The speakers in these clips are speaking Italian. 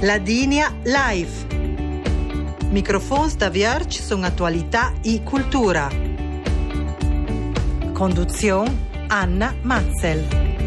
Ladinia Live. Microfons da Vierge sono attualità e cultura. Conduzione Anna Mazzel.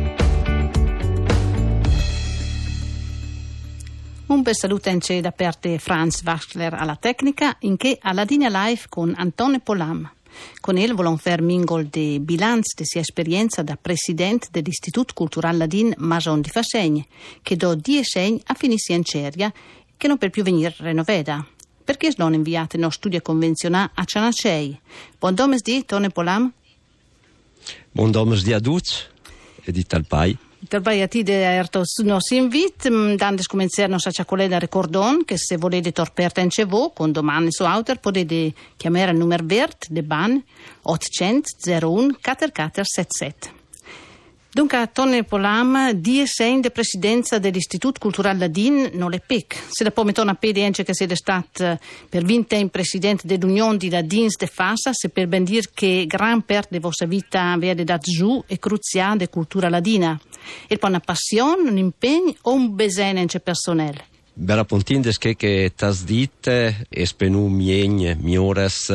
Un bel saluto anche da parte Franz Waschler alla tecnica, in che a Ladinia Live con Antone Polam. Con il volon fare mingol de bilanz de sia esperienza da presidente dell'Istituto Cultural Ladin Mason di Fassegne, che do 10 anni a finissi in Ceria, che non per più venire renoveda. Perché non inviate no studio convenzionale a Cianacei? Buon domes di Tone Polam. Buon domes di Aduc e di Talpai. Talpai a ti de ertos nos invit, dandes cominciare nos a ciacoleda ricordon, che se volete torperta in cevo, con domani su autor, potete chiamare il numero verde de ban 800 01 4477. Dunque, Tone Polam, 10 anni di presidenza dell'Istituto Cultural Ladin, non le PIC. Se la può mettere una pedienza che siete stato per 20 anni presidente dell'Unione di Ladins de Fassa, se per ben dire che gran parte della vostra vita avete dato giù e cruciale di cultura ladina. E poi una passione, un impegno o un besene personale? Bella pontindes che tas dit espenu mi horas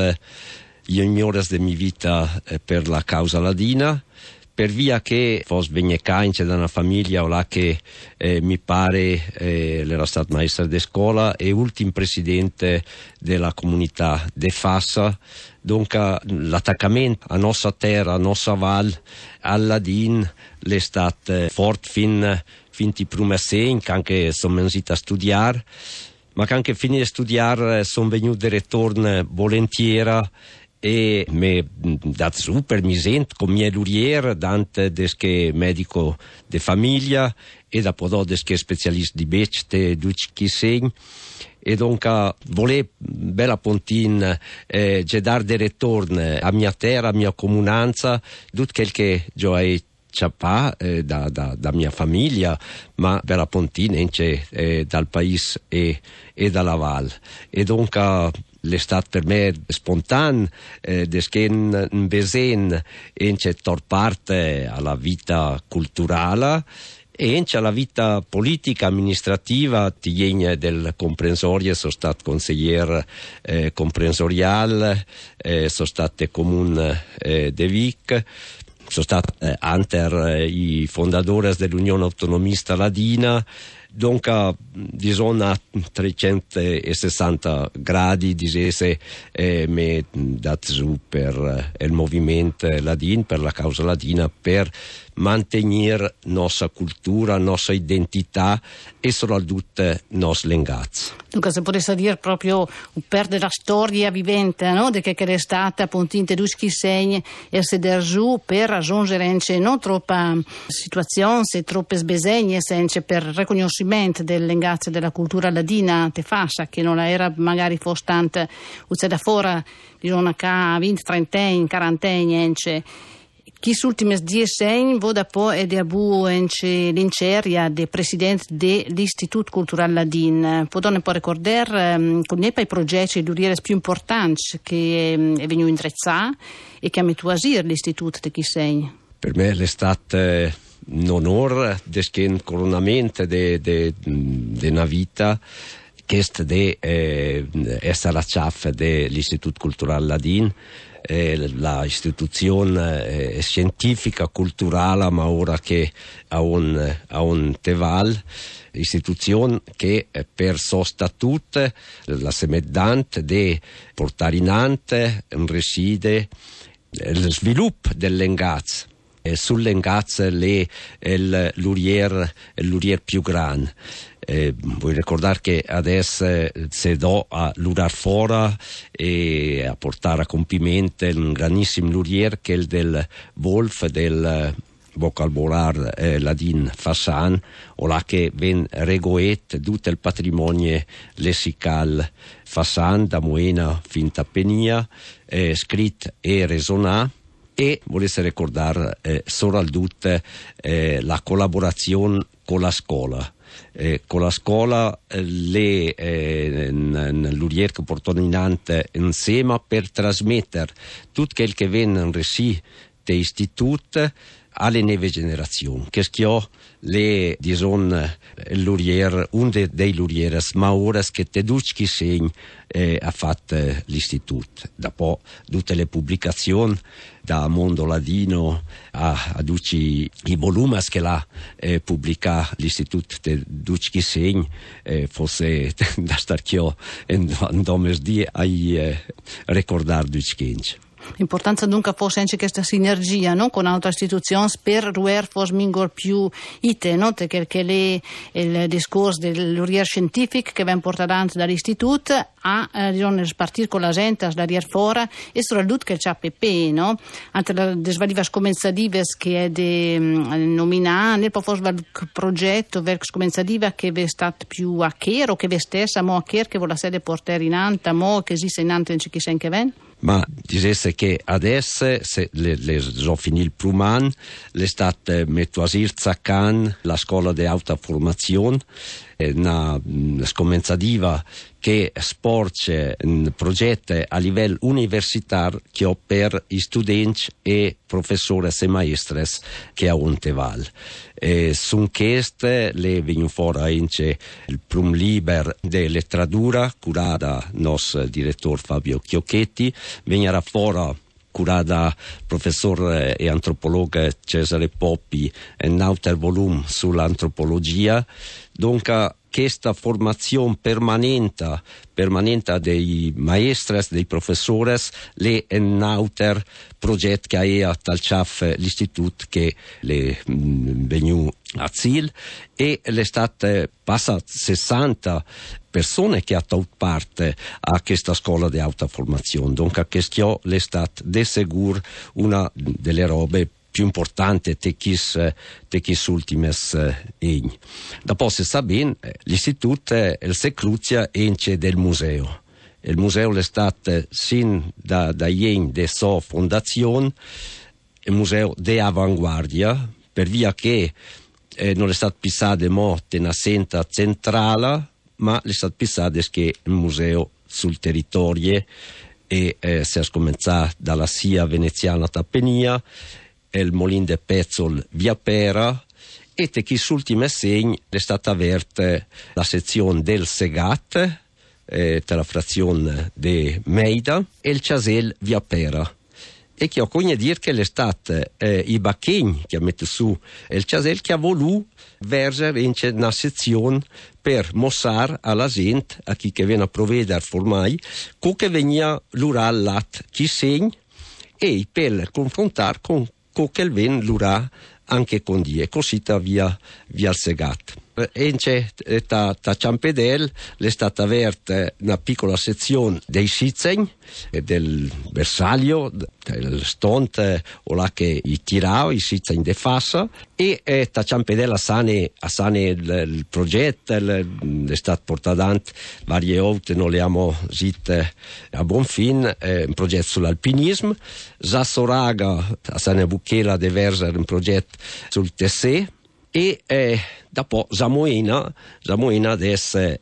de mi vita per la causa ladina. Per via che fos venyecaince da una famiglia o là che mi pare l'era stato maestro di scuola e ultimo presidente della comunità de Fassa, dunque l'attaccamento a nostra terra, a nostra val, al Ladin, è stato forte fin i primi segni, che anche sono venuto a studiare, ma che anche finito di studiare sono venuto di ritorno volentieri e mi dat super mi sento con mia lurier dante desche medico de famiglia e da podò desche specialist di bec te duci segn e dunque volè bella pontin gedar de ritorno a mia terra, a mia comunanza, tutto quel che già è ciapà da mia famiglia, ma bella pontina dal paese e dalla val e dunque l'estate per me spontanea, desché un besen e c'è tor parte alla vita culturale e alla vita politica amministrativa tiegna del comprensorio, sono stato consigliere comprensoriale, sono stato comune de Vic, sono stato anter i fondatori dell'Unione Autonomista Ladina. Dunque, bisogna 360 gradi disese mi dat su per il movimento ladin, per la causa ladina, per mantenere nostra cultura, nostra identità e soprattutto nostre legazze. Dunque, se potesse dire proprio perde la storia vivente, no? Di che è stata appunto in teduschi segni e seder giù per raggiungere non troppa situazione, se troppe sbesegne, senza per riconoscimento delle legazze della cultura ladina te fascia, che non era magari fosse tanta ucce da fuori di una ca 20, 30 anni, 40 anni, chi ultime 10 anni voda poi ed abu l'inceria de presidente dell'Istituto Cultural Ladin. Potete poi ricordare con i progetti di più importanti che è venuto indrezzare e che ha messo a agire l'Istituto di chi segni? Per me è stato un onore desché coronamento de una vita che è di essere la ciaffa dell'Istituto Cultural Ladin, la istituzione scientifica, culturale, ma ora che ha un teval, istituzione che per suo statuto la semeddante di portare in ante un reside lo sviluppo dell'engaz. Sull'engaz l'urier più grande. Vuoi ricordare che adesso si do a lurar fora e a portare a compimento un grandissimo lurier che è il del Wolf del vocabolario ladin Fassan, o là che ven regoet tutto il patrimonio lessicale Fassan da Moena fin a Penia, scritto e resonà. E volesse ricordare soprattutto la collaborazione con la scuola. Con la scuola l'urier che portò in ante insieme per trasmettere tutto quel che viene in resi istituto alle nuove generazioni, che schio le dison l'urier, dei lurieres maures che teducchi segn ha fatto l'istituto. Dopo tutte le pubblicazioni da Mondo Ladino a tutti i volumi che l'ha pubblicato l'istituto teducchi segn, fosse da star chio in domesdì ai ricordare ducchi. L'importanza dunque fosse anche questa sinergia, no? Con altre istituzioni per ruer fosse mingor più ite, no? Perché il discorso dell'urier scientifico che viene portato avanti dall'istituto a partire con la gente da rier fora e soprattutto che c'è PP, no? Anche le svalive scomenzative che è nominata, nel po' forse il progetto ver scomenzativa che è stato più a chiaro, che è stessa mo a chiaro che vuole la sede portare in anta, mo che esiste in anta in chi sen che ven? Ma dicesse che adesso le so finì il Pruman, le state metto a Sirzaccan la scuola di alta formazione, una scomenzativa che sporge un progetto a livello universitario che ho per i studenti e professori e maestres che a Onteval. Sun queste le vengono fuori anche il Prum Liber de letteratura curata nos direttore Fabio Chiocchetti, venirà fuori curata professore e antropologo Cesare Poppi un altro volume sull'antropologia. Dunque questa formazione permanente dei maestres, dei professori, è un altro progetto che ha tal ciaf l'istituto che le venu a Zil e le state passate 60 persone che ha tolto parte a questa scuola di alta formazione. Dunque questo è stato de segur una delle robe più importante te chis ultimes egni. Dopo si sa bene, l'istituto è il secluzia ence del museo. Il museo è stato sin da egni de sua fondazione, il museo de avanguardia, per via che non è stato pissato morte in assenta centrale, ma è stato pissato che il museo sul territorio e si è cominciato dalla Sia veneziana Tappenia, il Molin de Pezzol via Pera e te chi s'ultime segni è stata aperta la sezione del Segat tra la frazione de Meida e il Casel via Pera e che ho cogne dire che l'estate i bacchegni che mette su il Casel che ha voluto vergere in una sezione per mostrare alla gente, a chi che viene a provvedere formai, che venia l'ural lat chi segni e per confrontare con che ven l'ura anche con die, così via il Segat. Ence ta Ciampedel è stata aperta una piccola sezione dei Sizegn del bersaglio, del stont o là che i tirao, i Sizegn de Fassa e ta Ciampedel a sane il progetto è stato portato avanti varie volte, non le abbiamo zitte a buon fin, un progetto sull'alpinismo, Zassoraga a Sane Buchela de Verser un progetto sul Tessé e dopo Zamoina adesso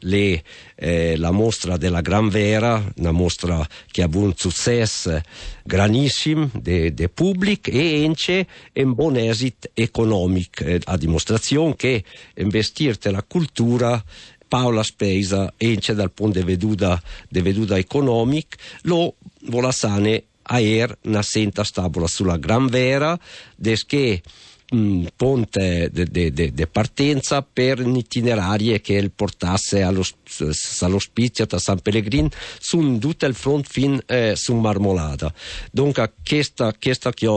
la mostra della Gran Vera, una mostra che ha avuto un successo granissimo de pubblico e anche un buon esito economico, a dimostrazione che investire la cultura Paola spesa anche dal punto di veduta economico lo vuole sane aer una senta stabile sulla Gran Vera desché ponte de partenza per un itinerario che il portasse all'ospizio da San Pellegrin su tutto il front fin su Marmolada. Dunque questa che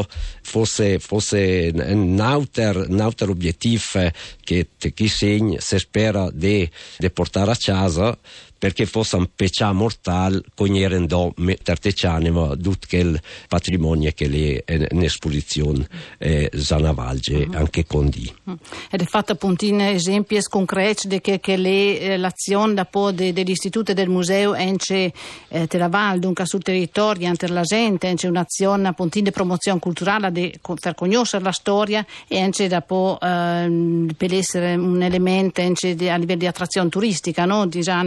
fosse un altro obiettivo che chi segna si spera di portare a casa perché fosse un peccato mortale coglierendo metterteciane ma tutto quel patrimonio che le in esposizione zanavalge anche con di. Ed è fatta appunto in esempi concreti di che l'azione dell'istituto e del museo ence Telaval, dunque sul territorio, ante la gente, ence un'azione appunto di promozione culturale per conoscere la storia e ence dopo per essere un elemento a livello di attrazione turistica, no? Disane appunto in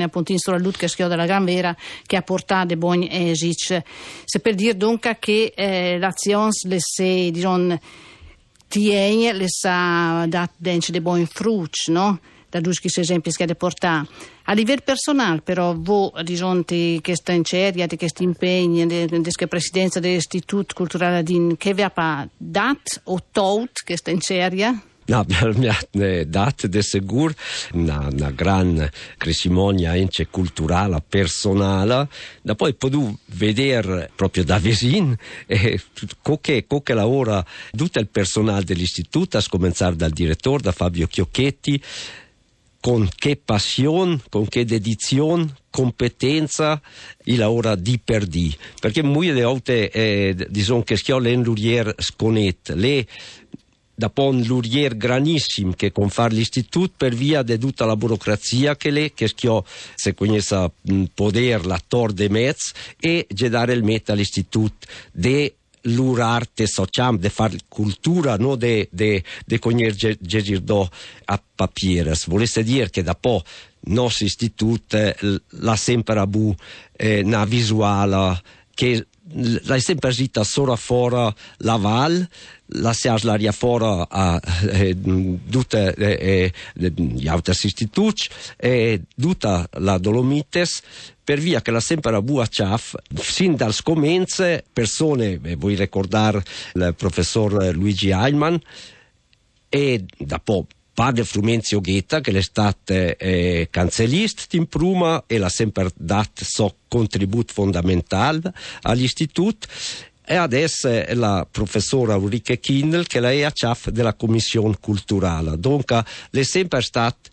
sulla lutte che schioda la Gran Vera che ha portato dei buoni esiti. Se per dire dunque che l'azione le se tiene le sa dat dentro dei buoni frutti, no? Da due esempi che ha portato. A livello personale, però, voi risolti questa inceria, di questi impegni, di questa presidenza dell'Istituto Culturale Ladin, che vi ha dato o tolto questa inceria? No, mi ha dato di sicuro una gran crescimonia anche culturale, personale, da poi potuto vedere proprio da vicino che lavora tutto il personale dell'istituto, a cominciare dal direttore, da Fabio Chiocchetti, con che passione, con che dedizione, competenza il lavora di per di, perché molte volte diciamo che schiò in lurier sconet, le da pon lurier granissimo che con far l'istituto per via di tutta la burocrazia che schiò se conosce poter l'attor de mezz e dare il meta all'istituto de l'urarte sociam de far cultura no de cogliere gesirdo a papieres volesse dire che da po' nostro istituto la sempre abu una visuale che l'hai sempre gita solo fuori la val, la si ha l'aria fuori a tutte gli altri istituti e tutta la Dolomites per via che la sempre a bua ciaf sin dal scomenze persone, vuoi ricordare il professor Luigi Heilmann e da po' padre Frumenzio Ghetta che è stato cancellista in prima e l'ha sempre dato so contributo fondamentale all'istituto e adesso è la professora Ulrike Kindl che è a capo della commissione culturale. Dunque è sempre stata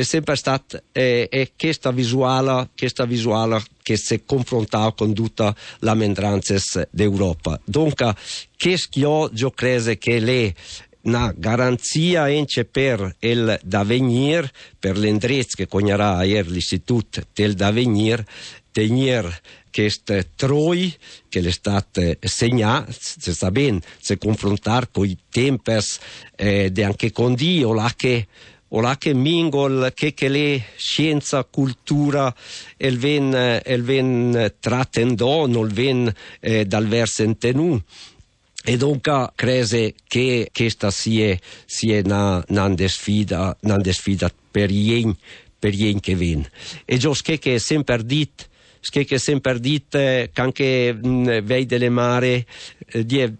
questa visuale che si confrontava con tutta la mendranza d'Europa. Dunque che schio io credo che le una garanzia anche per il d'avenir, per l'indrizzo che cognerà l'istituto del d'avenir, tenere questo troi che è stato segnato, si sa bene, si confrontare con i tempi di anche con Dio, là che mingol che le scienza cultura el ven trattendo non ven dal verso in tenù. E dunque credo che questa sia una sfida per gli che viene. E già che è sempre detto che anche vei delle mare che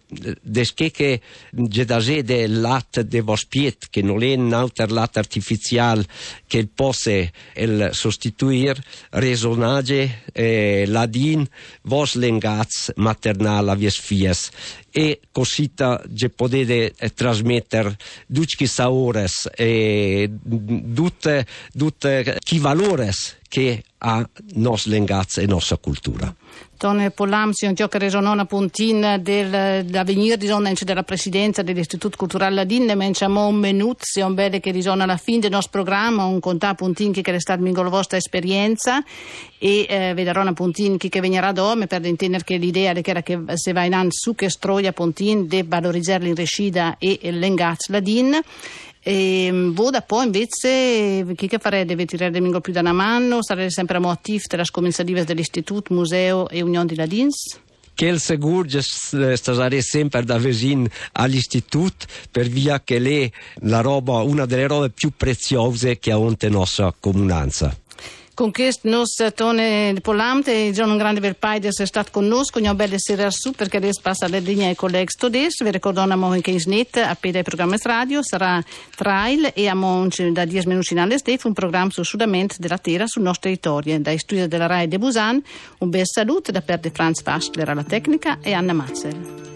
da del latte de vospiet che non è un altro latte artificiale che possa sostituire resonage ladin vos lengaz maternal avies fies e cosita je potete trasmettere ducchi saores e tutte chi valores che ha nos lengaz e nostra cultura. Tone Pollam, si un gioco resonò una puntina dell'avvenire della presidenza dell'Istituto Culturale Ladin, ne menciamo un minuto, se un belle che risona alla fine del nostro programma, un contà puntin che è stata la vostra esperienza e vedrò una puntin che venirà dopo per intendere che l'idea era che se va in an su che stroia puntin de valorizzare l'inrescida e l'engaz Ladin. E voi da poi invece che farete? Deve tirare mingo più da una mano? Sarete sempre attivi tra le commissarive dell'istituto, museo e Unione di Ladins? Che il sicuro stare sempre da vicino all'istituto per via che è una delle robe più preziose che ha onte nostra comunanza. Con questo nostro Tone Pollam, un grande bel paio di essere stato con noi, con una bella sera su, perché adesso passa la linea ai colleghi studenti. Vi ricordiamo che in SNET, appena ai programmi radio, sarà Trail e a Monce da 10 minuti in all'estef, un programma sul sudamento della terra sul nostro territorio. Dai studi della RAI de Busan, un bel saluto da parte di Franz Faschler alla tecnica e Anna Mazzel.